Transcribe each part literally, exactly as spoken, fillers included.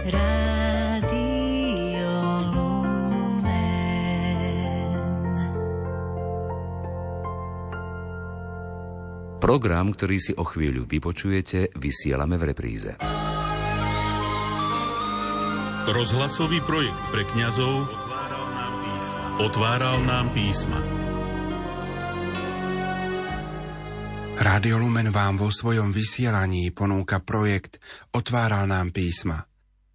Program, ktorý si o chvíľu vypočujete, vysielame v repríze. Rozhlasový projekt pre kňazov Otváral nám písma. Otváral nám písma. Rádio Lumen vám vo svojom vysielaní ponúka projekt Otváral nám písma.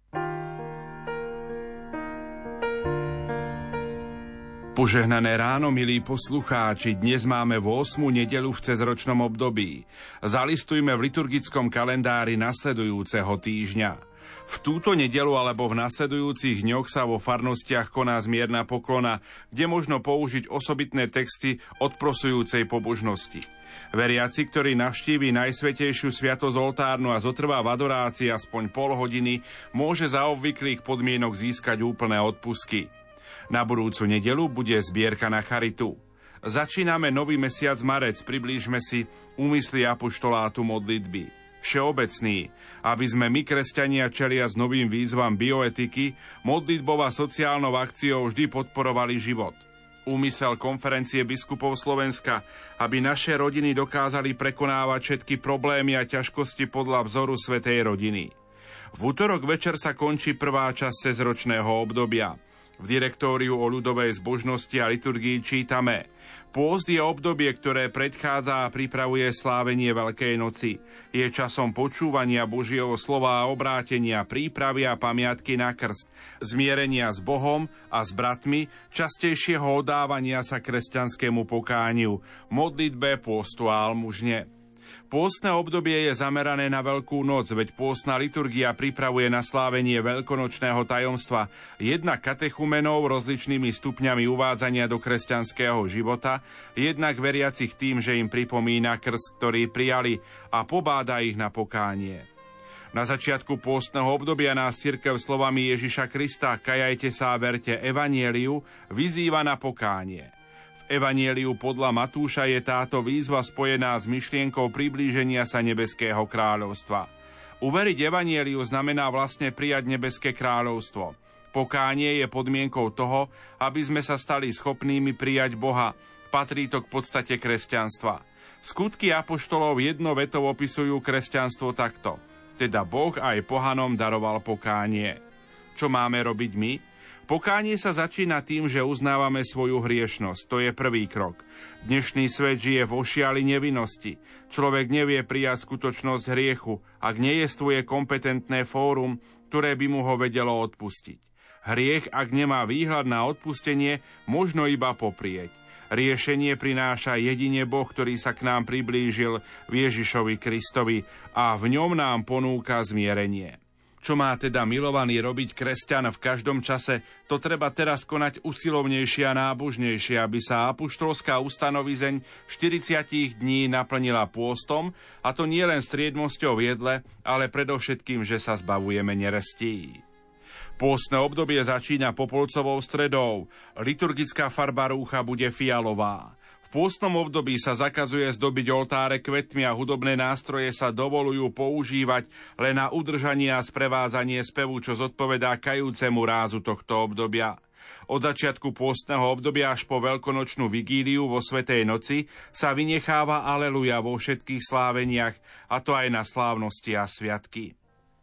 Požehnané ráno, milí poslucháči, dnes máme ôsmu nedeľu v cezročnom období. Zalistujme v liturgickom kalendári nasledujúceho týždňa. V túto nedeľu alebo v nasledujúcich dňoch sa vo farnostiach koná zmierna poklona, kde možno použiť osobitné texty odprosujúcej pobožnosti. Veriaci, ktorý navštíví Najsvätejšiu sviatosť oltárnu a zotrvá v adorácii aspoň pol hodiny, môže za obvyklých podmienok získať úplné odpustky. Na budúcu nedeľu bude zbierka na charitu. Začíname nový mesiac marec, priblížme si úmysly apoštolátu modlitby. Všeobecný, aby sme my, kresťania, čelia s novým výzvam bioetiky, modlitbou a sociálnou akciou vždy podporovali život. Úmysel Konferencie biskupov Slovenska, aby naše rodiny dokázali prekonávať všetky problémy a ťažkosti podľa vzoru svätej rodiny. V utorok večer sa končí prvá časť cezročného obdobia. V direktóriu o ľudovej zbožnosti a liturgii čítame: Pôst je obdobie, ktoré predchádza a pripravuje slávenie Veľkej noci. Je časom počúvania Božieho slova a obrátenia, prípravy a pamiatky na krst, zmierenia s Bohom a s bratmi, častejšieho odávania sa kresťanskému pokániu, modlitbe, pôstu a almužne. Pôstne obdobie je zamerané na Veľkú noc, veď pôstna liturgia pripravuje na slávenie veľkonočného tajomstva jednak katechumenov rozličnými stupňami uvádzania do kresťanského života, jednak veriacich tým, že im pripomína krst, ktorý prijali, a pobáda ich na pokánie. Na začiatku pôstneho obdobia nás cirkev slovami Ježiša Krista "Kajajte sa a verte evanjeliu" vyzýva na pokánie. Evanjeliu podľa Matúša je táto výzva spojená s myšlienkou priblíženia sa nebeského kráľovstva. Uveriť evanjeliu znamená vlastne prijať nebeské kráľovstvo. Pokánie je podmienkou toho, aby sme sa stali schopnými prijať Boha. Patrí to k podstate kresťanstva. Skutky apoštolov jednovetou opisujú kresťanstvo takto: teda Boh aj pohanom daroval pokánie. Čo máme robiť my? Pokánie sa začína tým, že uznávame svoju hriešnosť. To je prvý krok. Dnešný svet žije vo šiali nevinnosti. Človek nevie prijať skutočnosť hriechu, ak nejestvuje kompetentné fórum, ktoré by mu ho vedelo odpustiť. Hriech, ak nemá výhľad na odpustenie, možno iba poprieť. Riešenie prináša jedine Boh, ktorý sa k nám priblížil v Ježišovi Kristovi a v ňom nám ponúka zmierenie. Čo má teda milovaný robiť kresťan v každom čase, to treba teraz konať usilovnejšie a nábožnejšie, aby sa apoštolská ustanovizeň štyridsať dní naplnila pôstom, a to nie len striedmosťou v jedle, ale predovšetkým, že sa zbavujeme nerestí. Pôstne obdobie začína popolcovou stredou. Liturgická farba rúcha bude fialová. V pôstnom období sa zakazuje zdobiť oltáre kvetmi a hudobné nástroje sa dovolujú používať len na udržanie a sprevázanie spevu, čo zodpovedá kajúcemu rázu tohto obdobia. Od začiatku pôstneho obdobia až po veľkonočnú vigíliu vo Svätej noci sa vynecháva aleluja vo všetkých sláveniach, a to aj na slávnosti a sviatky.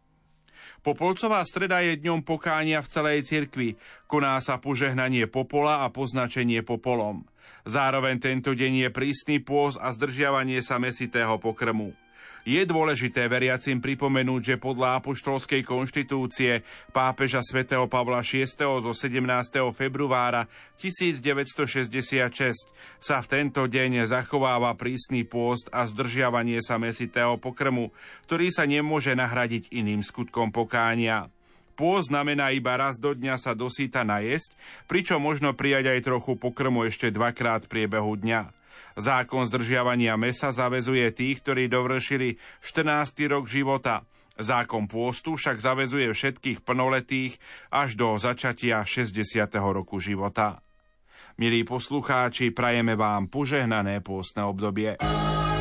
Popolcová streda je dňom pokánia v celej cirkvi. Koná sa požehnanie popola a poznačenie popolom. Zároveň tento deň je prísny pôst a zdržiavanie sa mäsitého pokrmu. Je dôležité veriacim pripomenúť, že podľa apoštolskej konštitúcie pápeža svätého Pavla šiesteho zo sedemnásteho februára tisícdeväťstošesťdesiatšesť sa v tento deň zachováva prísny pôst a zdržiavanie sa mäsitého pokrmu, ktorý sa nemôže nahradiť iným skutkom pokánia. Pôst znamená iba raz do dňa sa dosýta najesť, pričom možno prijať aj trochu pokrmu ešte dvakrát v priebehu dňa. Zákon zdržiavania mäsa zaväzuje tých, ktorí dovršili štrnásty rok života. Zákon pôstu však zaväzuje všetkých plnoletých až do začatia šesťdesiateho roku života. Milí poslucháči, prajeme vám požehnané pôstne obdobie.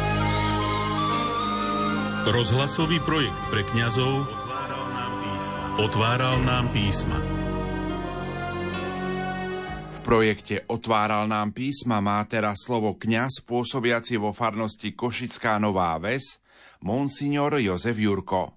Rozhlasový projekt pre kňazov Otváral nám písma. Otváral nám písma. V projekte Otváral nám písma má teraz slovo kňaz pôsobiaci vo farnosti Košická Nová Ves, monsignor Jozef Jurko.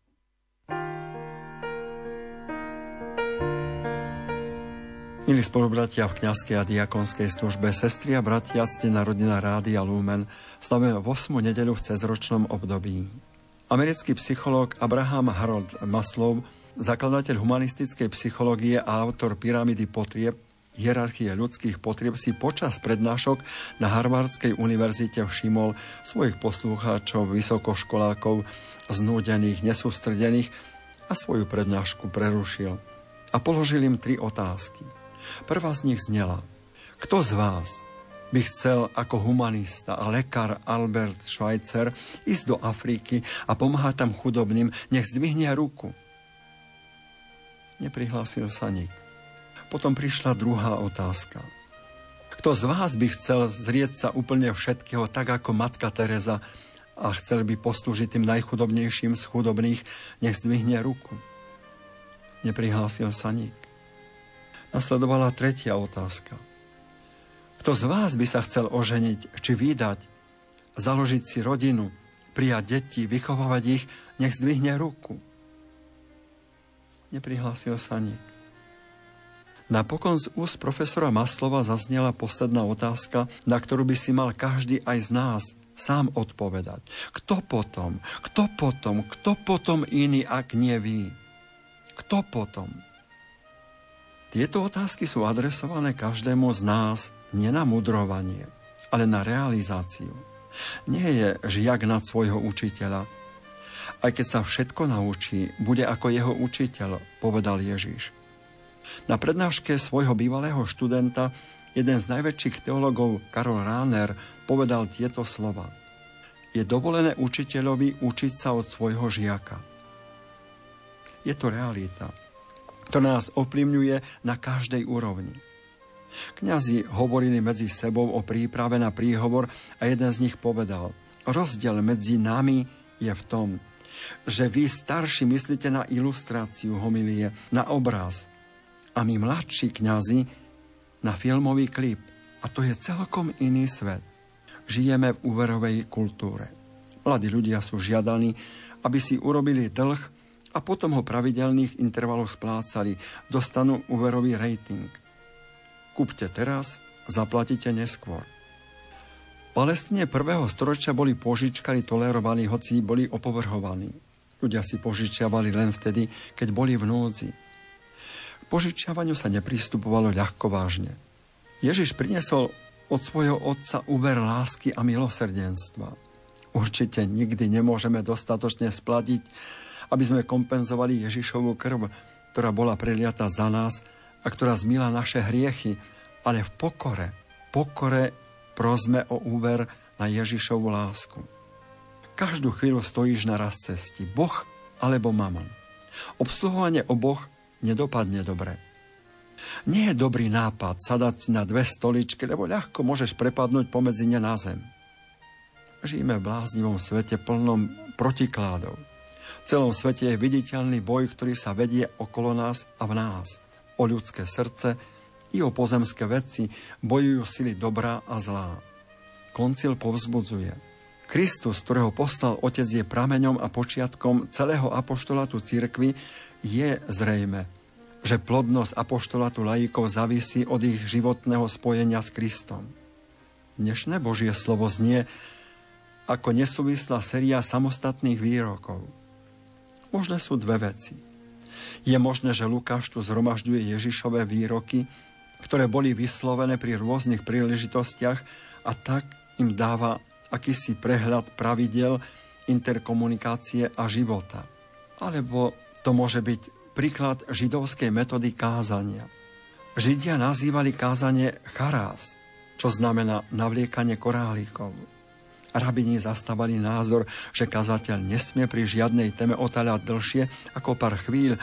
Milí spolubratia v kňazskej a diakonskej službe, sestri a bratia, ctená rodina Rádia Lumen, slavíme ôsmu nedeľu v cezročnom období. Americký psychológ Abraham Harold Maslow, zakladateľ humanistickej psychológie a autor Pyramídy potrieb, hierarchie ľudských potrieb, si počas prednášok na Harvardskej univerzite všimol svojich poslucháčov, vysokoškolákov, znúdených, nesústredených a svoju prednášku prerušil a položil im tri otázky. Prvá z nich znela: kto z vás by chcel ako humanista a lekár Albert Schweitzer ísť do Afriky a pomáhať tam chudobným? Nech zdvihne ruku. Neprihlásil sa nik. Potom prišla druhá otázka. Kto z vás by chcel zrieť sa úplne všetkého, tak ako matka Teresa, a chcel by poslúžiť tým najchudobnejším z chudobných? Nech zdvihne ruku. Neprihlásil sa nik. Nasledovala tretia otázka. Kto z vás by sa chcel oženiť, či vydať, založiť si rodinu, prijať deti, vychovávať ich? Nech zdvihne ruku. Neprihlásil sa nik. Napokon z úst profesora Maslova zaznela posledná otázka, na ktorú by si mal každý aj z nás sám odpovedať. Kto potom? Kto potom? Kto potom iný, ak nie vy? Kto potom? Tieto otázky sú adresované každému z nás nie na mudrovanie, ale na realizáciu. Nie je žiak nad svojho učiteľa. Aj keď sa všetko naučí, bude ako jeho učiteľ, povedal Ježiš. Na prednáške svojho bývalého študenta jeden z najväčších teologov, Karol Rahner, povedal tieto slova: je dovolené učiteľovi učiť sa od svojho žiaka. Je to realita, ktorá nás ovplyvňuje na každej úrovni. Kňazi hovorili medzi sebou o príprave na príhovor a jeden z nich povedal: rozdiel medzi nami je v tom, že vy starší myslíte na ilustráciu homilie, na obraz, a my mladší kňazi na filmový klip. A to je celkom iný svet. Žijeme v úverovej kultúre. Mladí ľudia sú žiadaní, aby si urobili dlh a potom ho v pravidelných intervaloch splácali. Dostanú úverový rating. Kúpte teraz, zaplatíte neskôr. V Palestíne prvého storočia boli požičkári tolerovaní, hoci boli opovrhovaní. Ľudia si požičiavali len vtedy, keď boli v núdzi. K požičiavaniu sa nepristupovalo ľahko vážne. Ježiš priniesol od svojho otca úver lásky a milosrdenstva. Určite nikdy nemôžeme dostatočne splatiť, aby sme kompenzovali Ježišovu krv, ktorá bola preliata za nás a ktorá zmýla naše hriechy, ale v pokore, pokore prosme o úver na Ježišovu lásku. Každú chvíľu stojíš na raz cesty, Boh alebo mamon. Obsluhovanie oboch nedopadne dobre. Nie je dobrý nápad sadať si na dve stoličky, lebo ľahko môžeš prepadnúť pomedzi ne na zem. Žijeme v bláznivom svete plnom protikládov. V celom svete je viditeľný boj, ktorý sa vedie okolo nás a v nás. O ľudské srdce i o pozemské veci bojujú sily dobrá a zlá. Koncil povzbudzuje: Kristus, ktorého poslal Otec, je prameňom a počiatkom celého apoštolátu cirkvi. Je zrejme, že plodnosť apoštolátu laikov závisí od ich životného spojenia s Kristom. Dnešné Božie slovo znie ako nesúvislá séria samostatných výrokov. Možné sú dve veci. Je možné, že Lukáš tu zhromažďuje Ježišové výroky, ktoré boli vyslovené pri rôznych príležitostiach, a tak im dáva akýsi prehľad pravidel interkomunikácie a života. Alebo to môže byť príklad židovskej metódy kázania. Židia nazývali kázanie charás, čo znamená navliekanie korálikov. Rabini zastávali názor, že kazateľ nesmie pri žiadnej téme otáľať dlhšie ako pár chvíľ,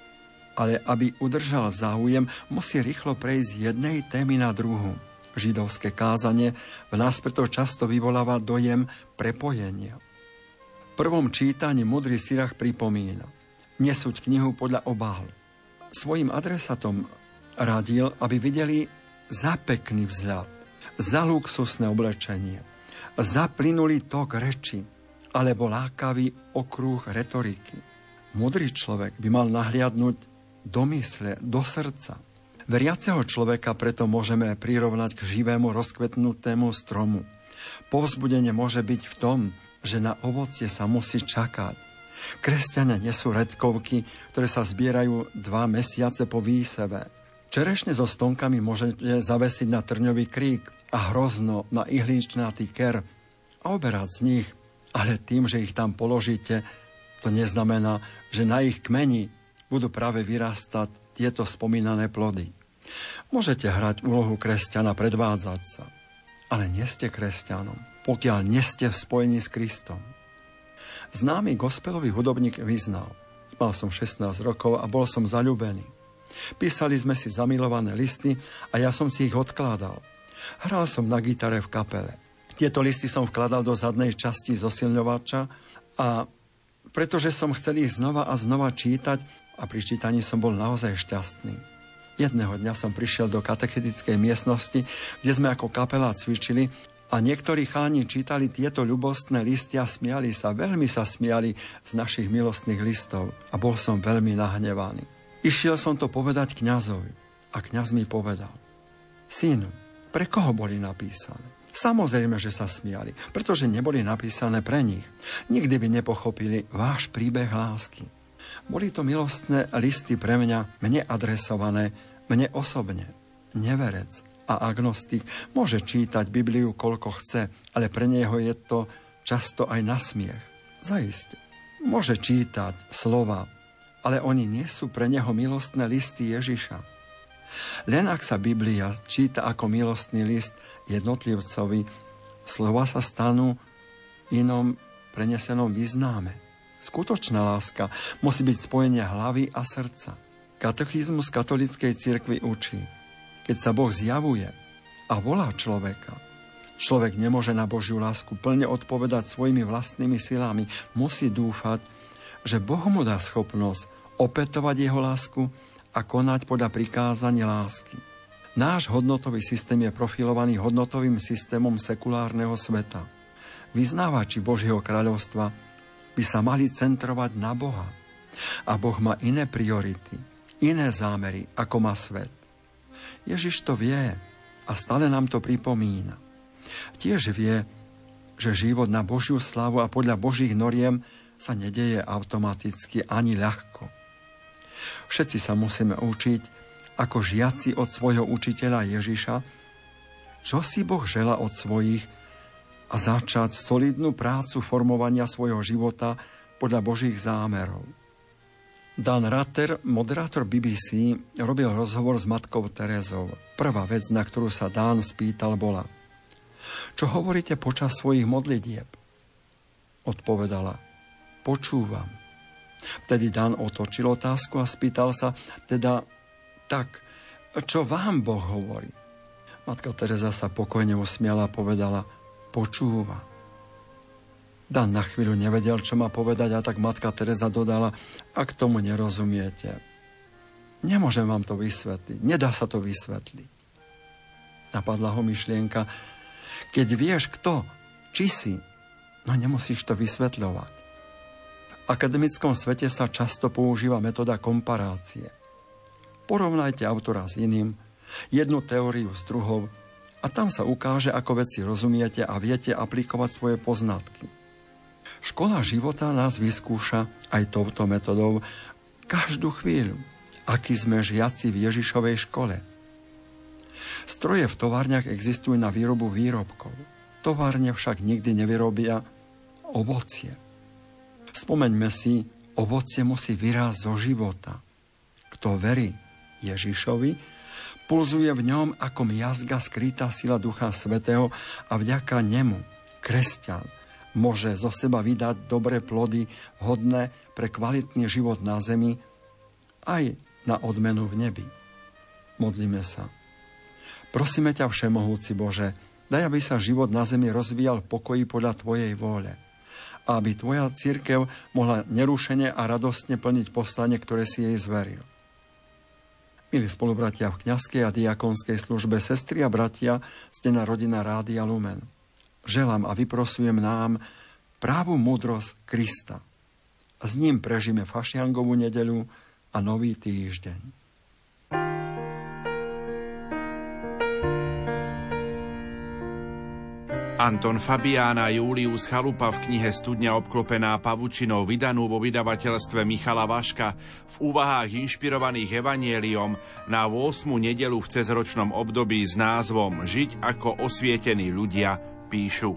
ale aby udržal záujem, musí rýchlo prejsť z jednej témy na druhú. Židovské kázanie v nás preto často vyvoláva dojem prepojenia. V prvom čítaní mudrý Sirach pripomína: nesúď knihu podľa obálu. Svojim adresátom radil, aby videli za pekný vzhľad, za luxusné oblečenie, za plynulý tok reči alebo lákavý okruh retoriky. Múdry človek by mal nahliadnúť do mysle, do srdca. Veriaceho človeka preto môžeme prirovnať k živému rozkvetnutému stromu. Povzbudenie môže byť v tom, že na ovocie sa musí čakať. Kresťania nie sú redkovky, ktoré sa zbierajú dva mesiace po výseve. Čerešne so stonkami môžete zavesiť na trňový krík a hrozno na ihličnatý ker a oberať z nich, ale tým, že ich tam položíte, to neznamená, že na ich kmeni budú práve vyrastať tieto spomínané plody. Môžete hrať úlohu kresťana, predvádzať sa, ale nie ste kresťanom, pokiaľ nie ste v spojení s Kristom. Známy gospelový hudobník vyznal: mal som šestnásť rokov a bol som zaľúbený. Písali sme si zamilované listy a ja som si ich odkládal. Hral som na gitare v kapele. Tieto listy som vkladal do zadnej časti zosilňovača a pretože som chcel ich znova a znova čítať a pri čítaní som bol naozaj šťastný. Jedného dňa som prišiel do katechetickej miestnosti, kde sme ako kapela cvičili a niektorí chalani čítali tieto ľubostné listy a smiali sa, veľmi sa smiali z našich milostných listov a bol som veľmi nahnevaný. Išiel som to povedať kňazovi a kňaz mi povedal: synu, pre koho boli napísané? Samozrejme, že sa smiali, pretože neboli napísané pre nich. Nikdy by nepochopili váš príbeh lásky. Boli to milostné listy pre mňa, mne adresované, mne osobne. Neverec a agnostik môže čítať Bibliu koľko chce, ale pre neho je to často aj na smiech. Zaiste. Môže čítať slova, ale oni nie sú pre neho milostné listy Ježiša. Len ak sa Biblia číta ako milostný list jednotlivcovi, slova sa stanú inom prenesenom význame. Skutočná láska musí byť spojenie hlavy a srdca. Katechizmus katolíckej cirkvi učí: keď sa Boh zjavuje a volá človeka, človek nemôže na Božiu lásku plne odpovedať svojimi vlastnými silami. Musí dúfať, že Boh mu dá schopnosť opätovať jeho lásku a konať podľa prikázaní lásky. Náš hodnotový systém je profilovaný hodnotovým systémom sekulárneho sveta. Vyznávači Božieho kráľovstva by sa mali centrovať na Boha. A Boh má iné priority, iné zámery, ako má svet. Ježiš to vie a stále nám to pripomína. Tiež vie, že život na Božiu slávu a podľa Božích noriem sa nedeje automaticky ani ľahko. Všetci sa musíme učiť, ako žiaci od svojho učiteľa Ježiša, čo si Boh želá od svojich a začať solidnú prácu formovania svojho života podľa Božích zámerov. Dan Rather, moderátor bé bé cé, robil rozhovor s matkou Terezou. Prvá vec, na ktorú sa Dan spýtal, bola: čo hovoríte počas svojich modlitieb? Odpovedala: počúvam. Vtedy Dan otočil otázku a spýtal sa: teda, tak, čo vám Boh hovorí? Matka Tereza sa pokojne usmiala a povedala: počúva. Dan na chvíľu nevedel, čo má povedať, a tak matka Tereza dodala: ak tomu nerozumiete, nemôžem vám to vysvetliť, nedá sa to vysvetliť. Napadla ho myšlienka: keď vieš kto, či si, no nemusíš to vysvetľovať. V akademickom svete sa často používa metóda komparácie. Porovnajte autora s iným, jednu teóriu s druhou a tam sa ukáže, ako veci rozumiete a viete aplikovať svoje poznatky. Škola života nás vyskúša aj touto metodou každú chvíľu, aký sme žiaci v Ježišovej škole. Stroje v továrniach existujú na výrobu výrobkov. Továrne však nikdy nevyrobia ovocie. Spomeňme si, ovocie musí vyrásť zo života. Kto verí Ježišovi, pulzuje v ňom ako miazga skrytá sila Ducha Svätého a vďaka nemu kresťan môže zo seba vydať dobré plody, hodné pre kvalitný život na zemi, aj na odmenu v nebi. Modlíme sa. Prosíme ťa, Všemohúci Bože, daj, aby sa život na zemi rozvíjal v pokoji podľa Tvojej vôle. a aby tvoja cirkev mohla nerušene a radostne plniť poslanie, ktoré si jej zveril. Milí spolubratia v kňazskej a diakonskej službe, sestry a bratia, stená rodina Rádia Lumen. Želám a vyprosujem nám právu múdrosť Krista. A s ním prežijeme Fašiangovú nedeľu a nový týždeň. Anton Fabián a Julius Chalupa v knihe Studňa obklopená pavučinou, vydanú vo vydavateľstve Michala Vaška, v úvahách inšpirovaných evanjeliom na ôsmu nedeľu v cezročnom období s názvom Žiť ako osvietení ľudia píšu.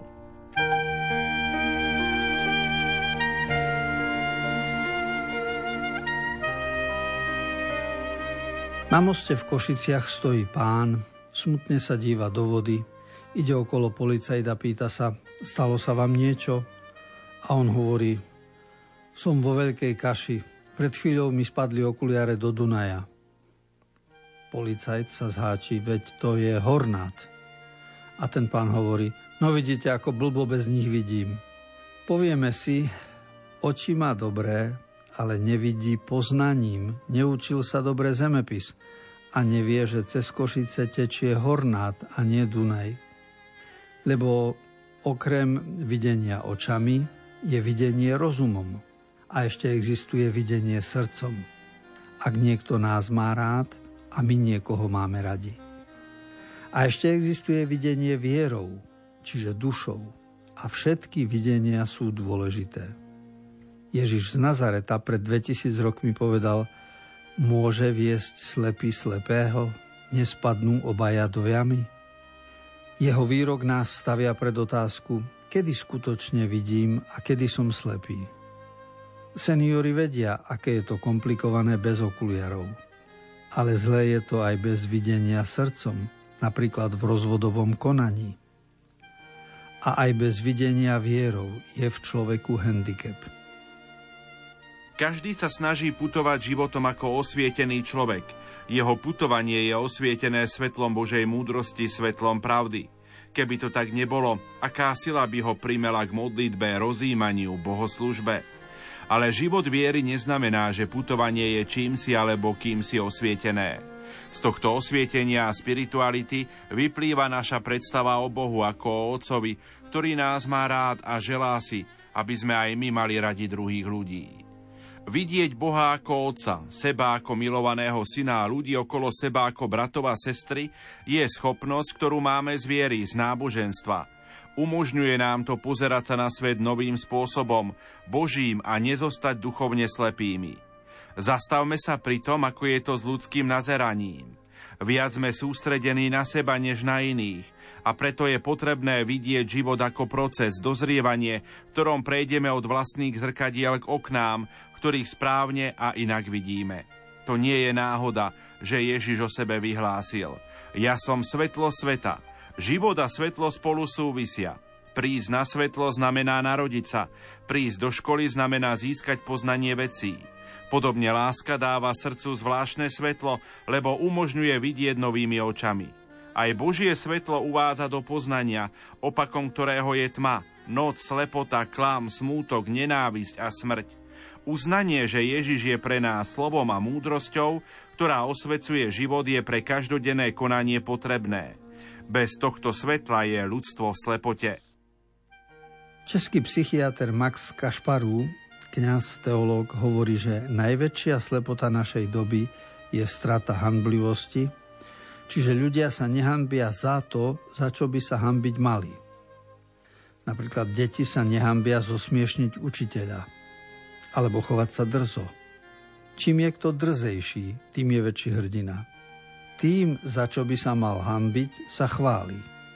Na moste v Košiciach stojí pán, smutne sa díva do vody. Ide okolo policajt a pýta sa, stalo sa vám niečo? A on hovorí, som vo veľkej kaši, pred chvíľou mi spadli okuliare do Dunaja. Policajt sa zháči, veď to je hornát. A ten pán hovorí, no vidíte, ako blbo bez nich vidím. Povieme si, oči má dobré, ale nevidí poznaním, neučil sa dobre zemepis a nevie, že cez Košice tečie hornát a nie Dunaj. Lebo okrem videnia očami je videnie rozumom a ešte existuje videnie srdcom. Ak niekto nás má rád a my niekoho máme radi. A ešte existuje videnie vierou, čiže dušou. A všetky videnia sú dôležité. Ježiš z Nazareta pred dvetisíc rokmi povedal, môže viesť slepý slepého, nespadnú obaja do jamy? Jeho výrok nás stavia pred otázku, kedy skutočne vidím a kedy som slepý. Seniori vedia, aké je to komplikované bez okuliarov. Ale zlé je to aj bez videnia srdcom, napríklad v rozvodovom konaní. A aj bez videnia vierou je v človeku handicap. Každý sa snaží putovať životom ako osvietený človek. Jeho putovanie je osvietené svetlom Božej múdrosti, svetlom pravdy. Keby to tak nebolo, aká sila by ho primela k modlitbe, rozjímaniu, bohoslužbe? Ale život viery neznamená, že putovanie je čímsi alebo kýmsi osvietené. Z tohto osvietenia a spirituality vyplýva naša predstava o Bohu ako o Otcovi, ktorý nás má rád a želá si, aby sme aj my mali radi druhých ľudí. Vidieť Boha ako Otca, seba ako milovaného syna a ľudí okolo seba ako bratov a sestry je schopnosť, ktorú máme z viery, z náboženstva. Umožňuje nám to pozerať sa na svet novým spôsobom, Božím a nezostať duchovne slepými. Zastavme sa pri tom, ako je to s ľudským nazeraním. Viac sme sústredení na seba než na iných a preto je potrebné vidieť život ako proces, dozrievanie, v ktorom prejdeme od vlastných zrkadiel k oknám, ktorých správne a inak vidíme. To nie je náhoda, že Ježiš o sebe vyhlásil. Ja som svetlo sveta. Život a svetlo spolu súvisia. Prísť na svetlo znamená narodiť sa. Prísť do školy znamená získať poznanie vecí. Podobne láska dáva srdcu zvláštne svetlo, lebo umožňuje vidieť novými očami. Aj Božie svetlo uvádza do poznania, opakom ktorého je tma, noc, slepota, klam, smútok, nenávisť a smrť. Uznanie, že Ježiš je pre nás slovom a múdrosťou, ktorá osvecuje život, je pre každodenné konanie potrebné. Bez tohto svetla je ľudstvo v slepote. Český psychiatr Max Kašparů, kňaz, teológ, hovorí, že najväčšia slepota našej doby je strata hanblivosti, čiže ľudia sa nehanbia za to, za čo by sa hanbiť mali. Napríklad deti sa nehanbia zosmiešniť učiteľa, alebo chovať sa drzo. Čím je kto drzejší, tým je väčší hrdina. Tým, za čo by sa mal hanbiť, sa chváli.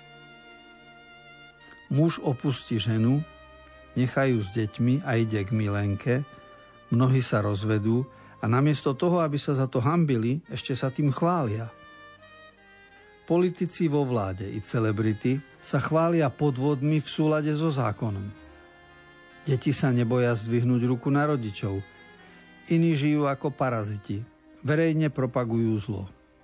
Muž opustí ženu, nechajú s deťmi a ide k milenke, mnohí sa rozvedú a namiesto toho, aby sa za to hanbili, ešte sa tým chvália. Politici vo vláde i celebrity sa chvália podvodmi v súlade so zákonom. Deti sa neboja zdvihnúť ruku na rodičov, iní žijú ako paraziti, verejne propagujú zlo.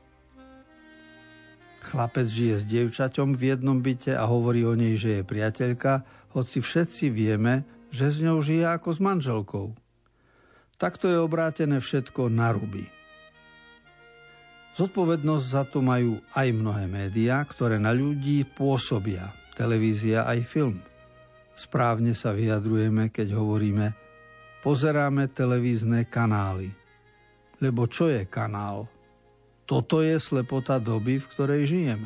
Chlapec žije s dievčaťom v jednom byte a hovorí o nej, že je priateľka, hoci všetci vieme, že s ňou žije ako s manželkou. Takto je obrátené všetko na ruby. Zodpovednosť za to majú aj mnohé médiá, ktoré na ľudí pôsobia, televízia aj film. Správne sa vyjadrujeme, keď hovoríme pozeráme televízne kanály. Lebo čo je kanál? Toto je slepota doby, v ktorej žijeme.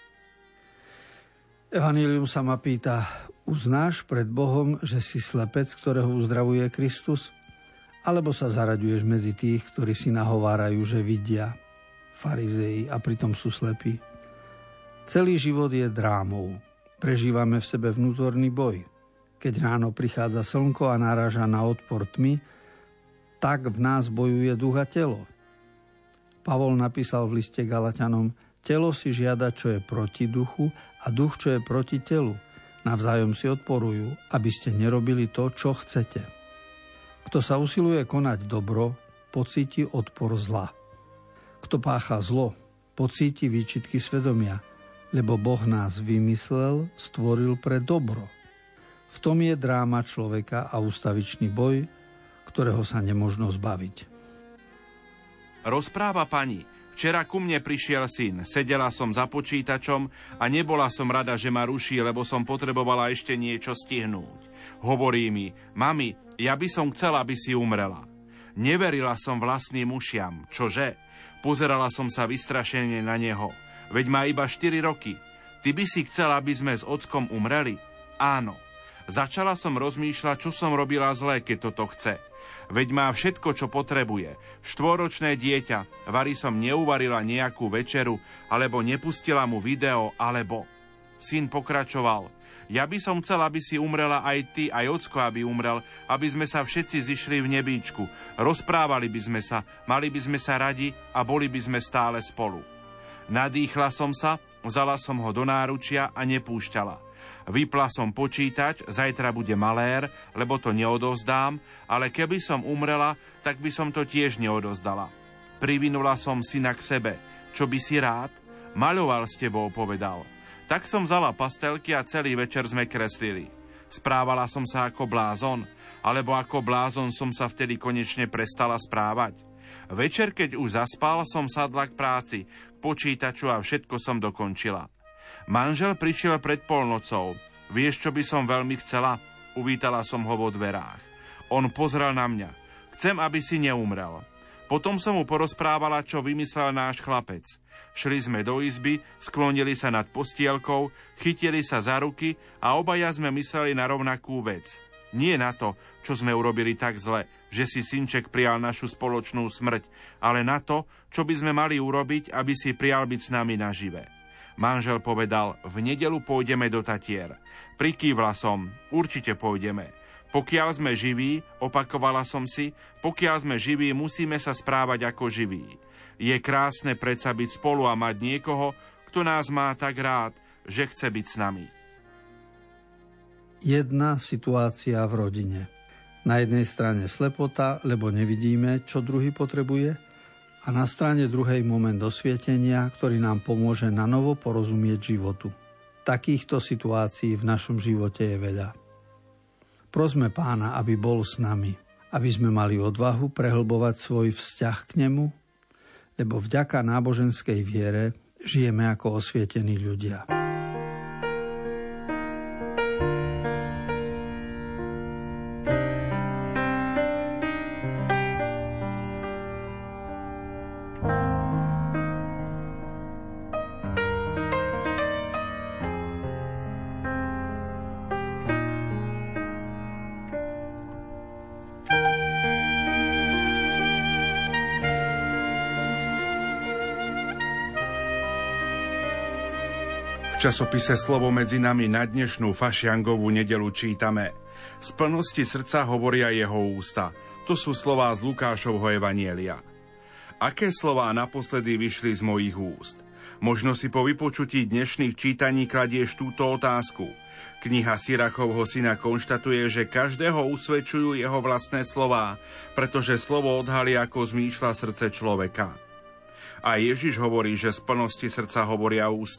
Evanjelium sa ma pýta, uznáš pred Bohom, že si slepec, ktorého uzdravuje Kristus? Alebo sa zaraďuješ medzi tých, ktorí si nahovárajú, že vidia, farizei, a pritom sú slepí? Celý život je drámou. Prežívame v sebe vnútorný boj. Keď ráno prichádza slnko a naráža na odpor tmy, tak v nás bojuje duch a telo. Pavol napísal v liste Galatianom, telo si žiada, čo je proti duchu, a duch, čo je proti telu. Navzájom si odporujú, aby ste nerobili to, čo chcete. Kto sa usiluje konať dobro, pocíti odpor zla. Kto pácha zlo, pocíti výčitky svedomia, lebo Boh nás vymyslel, stvoril pre dobro. V tom je dráma človeka a ústavičný boj, ktorého sa nemožno zbaviť. Rozpráva pani. Včera ku mne prišiel syn, sedela som za počítačom a nebola som rada, že ma ruší, lebo som potrebovala ešte niečo stihnúť. Hovorí mi, mami, ja by som chcela, aby si umrela. Neverila som vlastným ušiam, čože? Pozerala som sa vystrašene na neho. Veď má iba štyri roky. Ty by si chcela, aby sme s ockom umreli? Áno. Začala som rozmýšľať, čo som robila zlé, keď toto chce. Veď má všetko, čo potrebuje. Štvoročné dieťa, vari som neuvarila nejakú večeru, alebo nepustila mu video, alebo... Syn pokračoval. Ja by som chcel, aby si umrela aj ty, aj ocko, aby umrel, aby sme sa všetci zišli v nebíčku. Rozprávali by sme sa, mali by sme sa radi a boli by sme stále spolu. Nadýchla som sa, vzala som ho do náručia a nepúšťala. Vypla som počítač, zajtra bude malér, lebo to neodovzdám, ale keby som umrela, tak by som to tiež neodozdala. Privinula som syna k sebe. Čo by si rád? Maľoval s tebou, povedal. Tak som vzala pastelky a celý večer sme kreslili. Správala som sa ako blázon, alebo ako blázon som sa vtedy konečne prestala správať. Večer, keď už zaspal, som sadla k práci, k počítaču a všetko som dokončila. Manžel prišiel pred polnocou. Vieš, čo by som veľmi chcela? Uvítala som ho vo dverách. On pozrel na mňa. Chcem, aby si neumrel. Potom som mu porozprávala, čo vymyslel náš chlapec. Šli sme do izby, sklonili sa nad postielkou, chytili sa za ruky a obaja sme mysleli na rovnakú vec. Nie na to, čo sme urobili tak zle, že si synček prijal našu spoločnú smrť, ale na to, čo by sme mali urobiť, aby si prijal byť s nami nažive. Manžel povedal, v nedeľu pôjdeme do Tatier. Prikývla som, určite pôjdeme. Pokiaľ sme živí, opakovala som si, pokiaľ sme živí, musíme sa správať ako živí. Je krásne predsa byť spolu a mať niekoho, kto nás má tak rád, že chce byť s nami. Jedna situácia v rodine. Na jednej strane slepota, lebo nevidíme, čo druhý potrebuje, a na strane druhej moment osvietenia, ktorý nám pomôže na novo porozumieť životu. Takýchto situácií v našom živote je veľa. Prosme Pána, aby bol s nami, aby sme mali odvahu prehlbovať svoj vzťah k nemu, lebo vďaka náboženskej viere žijeme ako osvietení ľudia. V časopise Slovo medzi nami na dnešnú Fašiangovú nedeľu čítame: Z plnosti srdca hovoria jeho ústa. To sú slová z Lukášovho evanjelia. Aké slová naposledy vyšli z mojich úst? Možno si po vypočutí dnešných čítaní kladieš túto otázku. Kniha Sirachovho syna konštatuje, že každého usvedčujú jeho vlastné slová, pretože slovo odhalí, ako zmýšľa srdce človeka. A Ježiš hovorí, že z plnosti srdca hovoria ústa.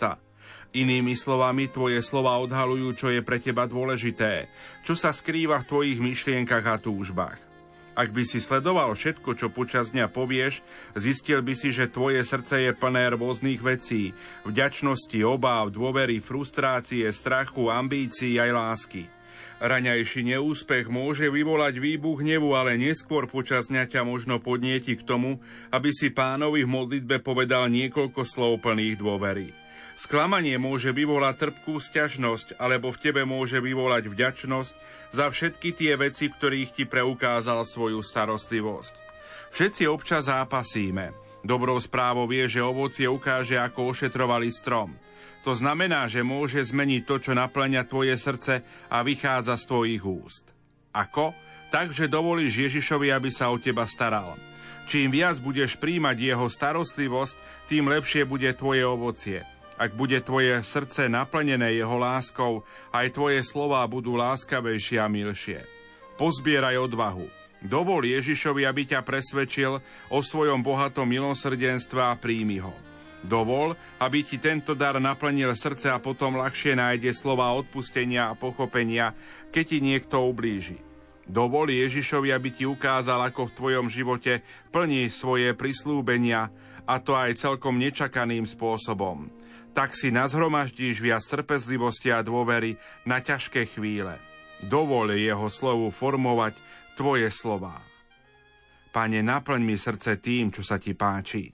Inými slovami, tvoje slova odhalujú, čo je pre teba dôležité, čo sa skrýva v tvojich myšlienkach a túžbách. Ak by si sledoval všetko, čo počas dňa povieš, zistil by si, že tvoje srdce je plné rôznych vecí, vďačnosti, obáv, dôvery, frustrácie, strachu, ambícií aj lásky. Raňajší neúspech môže vyvolať výbuch hnevu, ale neskôr počas dňa ťa možno podnieti k tomu, aby si Pánovi v modlitbe povedal niekoľko slov plných dôvery. Sklamanie môže vyvolať trpkú sťažnosť, alebo v tebe môže vyvolať vďačnosť za všetky tie veci, ktorých ti preukázal svoju starostlivosť. Všetci občas zápasíme. Dobrou správou je, že ovocie ukáže, ako ošetrovalý strom. To znamená, že môže zmeniť to, čo naplňa tvoje srdce a vychádza z tvojich úst. Ako? Tak, že dovolíš Ježišovi, aby sa o teba staral. Čím viac budeš príjmať jeho starostlivosť, tým lepšie bude tvoje ovocie. Ak bude tvoje srdce naplnené jeho láskou, aj tvoje slová budú láskavejšie a milšie. Pozbieraj odvahu. Dovol Ježišovi, aby ťa presvedčil o svojom bohatom milosrdenstve a príjmi ho. Dovol, aby ti tento dar naplnil srdce a potom ľahšie nájde slova odpustenia a pochopenia, keď ti niekto ublíži. Dovol Ježišovi, aby ti ukázal, ako v tvojom živote plní svoje prisľúbenia, a to aj celkom nečakaným spôsobom. Tak si nazhromaždíš viac trpezlivosti a dôvery na ťažké chvíle. Dovol jeho slovu formovať tvoje slová. Pane, naplň mi srdce tým, čo sa ti páči.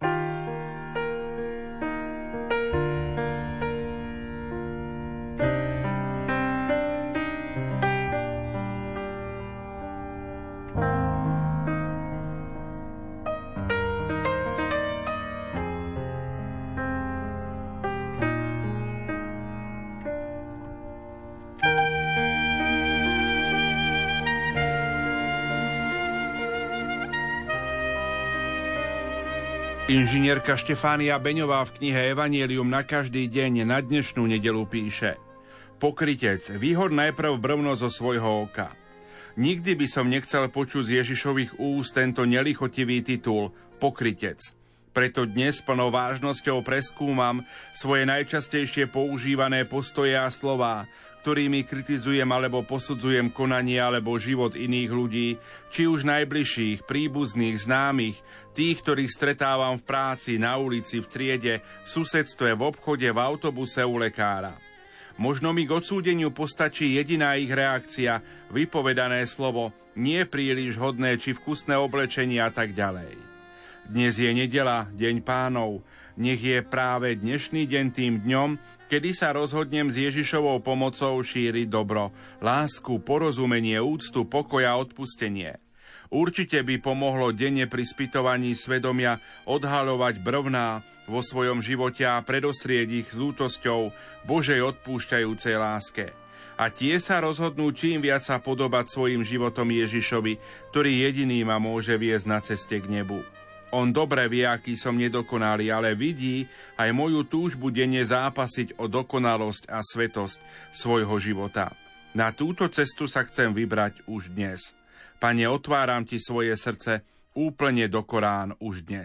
Inžinierka Štefánia Beňová v knihe Evangelium na každý deň na dnešnú nedeľu píše: Pokrytec, vyhod najprv brvno zo svojho oka. Nikdy by som nechcel počuť z Ježišových úst tento nelichotivý titul Pokrytec. Preto dnes plnou vážnosťou preskúmam svoje najčastejšie používané postoje a slová, ktorými kritizujem alebo posudzujem konanie alebo život iných ľudí, či už najbližších, príbuzných, známych, tých, ktorých stretávam v práci, na ulici, v triede, v susedstve, v obchode, v autobuse, u lekára. Možno mi k odsúdeniu postačí jediná ich reakcia, vypovedané slovo, nie príliš hodné či vkusné oblečenie a tak ďalej. Dnes je nedeľa, deň Pánov. Nech je práve dnešný deň tým dňom, kedy sa rozhodnem s Ježišovou pomocou šíriť dobro, lásku, porozumenie, úctu, pokoj a odpustenie. Určite by pomohlo denne pri spytovaní svedomia odhaľovať brvná vo svojom živote a predostrieť ich s lútosťou Božej odpúšťajúcej láske. A tie sa rozhodnú čím viac sa podobať svojim životom Ježišovi, ktorý jediný ma môže viesť na ceste k nebu. On dobre vie, aký som nedokonalý, ale vidí aj moju túžbu denne zápasiť o dokonalosť a svetosť svojho života. Na túto cestu sa chcem vybrať už dnes. Pane, otváram ti svoje srdce úplne do Korán už dnes.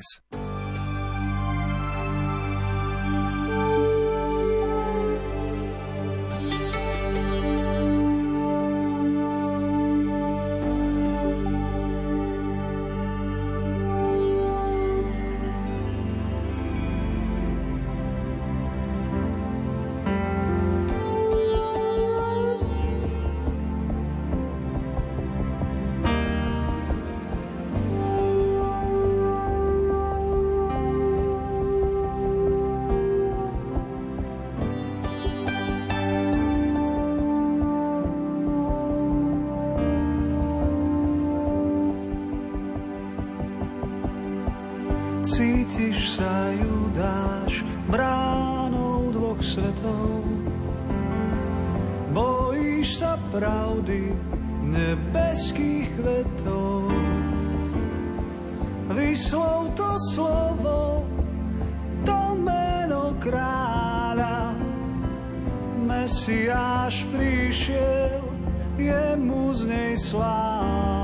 Cítiš sa, Judáš, bránou dvoch svetov. Bojíš sa pravdy nebeských kvetov. Vyslov to slovo, to meno kráľa. Mesiáš prišiel, jemu z nej sláva.